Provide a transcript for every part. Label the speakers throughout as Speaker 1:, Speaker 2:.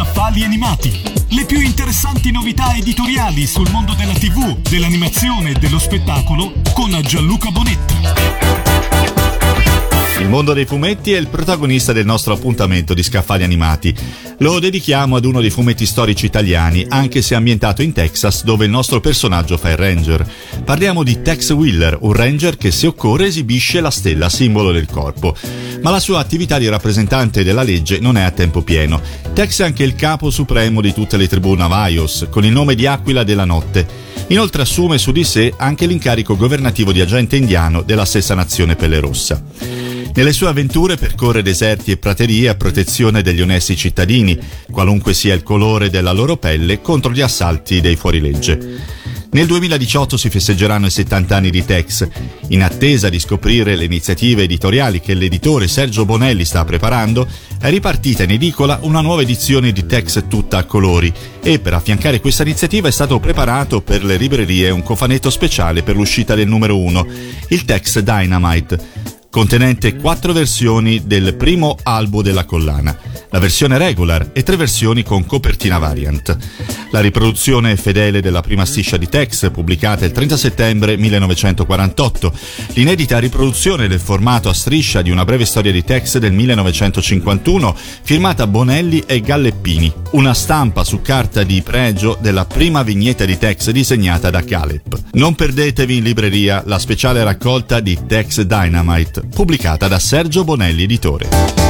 Speaker 1: Scaffali Animati. Le più interessanti novità editoriali sul mondo della TV, dell'animazione e dello spettacolo con Gianluca Bonetta.
Speaker 2: Il mondo dei fumetti è il protagonista del nostro appuntamento di Scaffali Animati. Lo dedichiamo ad uno dei fumetti storici italiani, anche se ambientato in Texas, dove il nostro personaggio fa il ranger. Parliamo di Tex Willer, un ranger che se occorre esibisce la stella, simbolo del corpo. Ma la sua attività di rappresentante della legge non è a tempo pieno. Tex è anche il capo supremo di tutte le tribù Navajos, con il nome di Aquila della Notte. Inoltre assume su di sé anche l'incarico governativo di agente indiano della stessa nazione Pelle Rossa. Nelle sue avventure percorre deserti e praterie a protezione degli onesti cittadini, qualunque sia il colore della loro pelle, contro gli assalti dei fuorilegge. Nel 2018 si festeggeranno i 70 anni di Tex. In attesa di scoprire le iniziative editoriali che l'editore Sergio Bonelli sta preparando, è ripartita in edicola una nuova edizione di Tex tutta a colori e per affiancare questa iniziativa è stato preparato per le librerie un cofanetto speciale per l'uscita del numero 1, il Tex Dynamite, contenente 4 versioni del primo albo della collana, la versione regular e 3 versioni con copertina variant. La riproduzione fedele della prima striscia di Tex, pubblicata il 30 settembre 1948, l'inedita riproduzione del formato a striscia di una breve storia di Tex del 1951, firmata Bonelli e Galleppini, una stampa su carta di pregio della prima vignetta di Tex disegnata da Caleb. Non perdetevi in libreria la speciale raccolta di Tex Dynamite, pubblicata da Sergio Bonelli editore.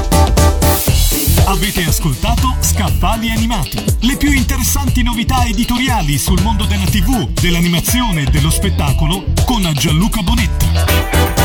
Speaker 1: Avete ascoltato Scaffali Animati, le più interessanti novità editoriali sul mondo della TV, dell'animazione e dello spettacolo con Gianluca Bonetta.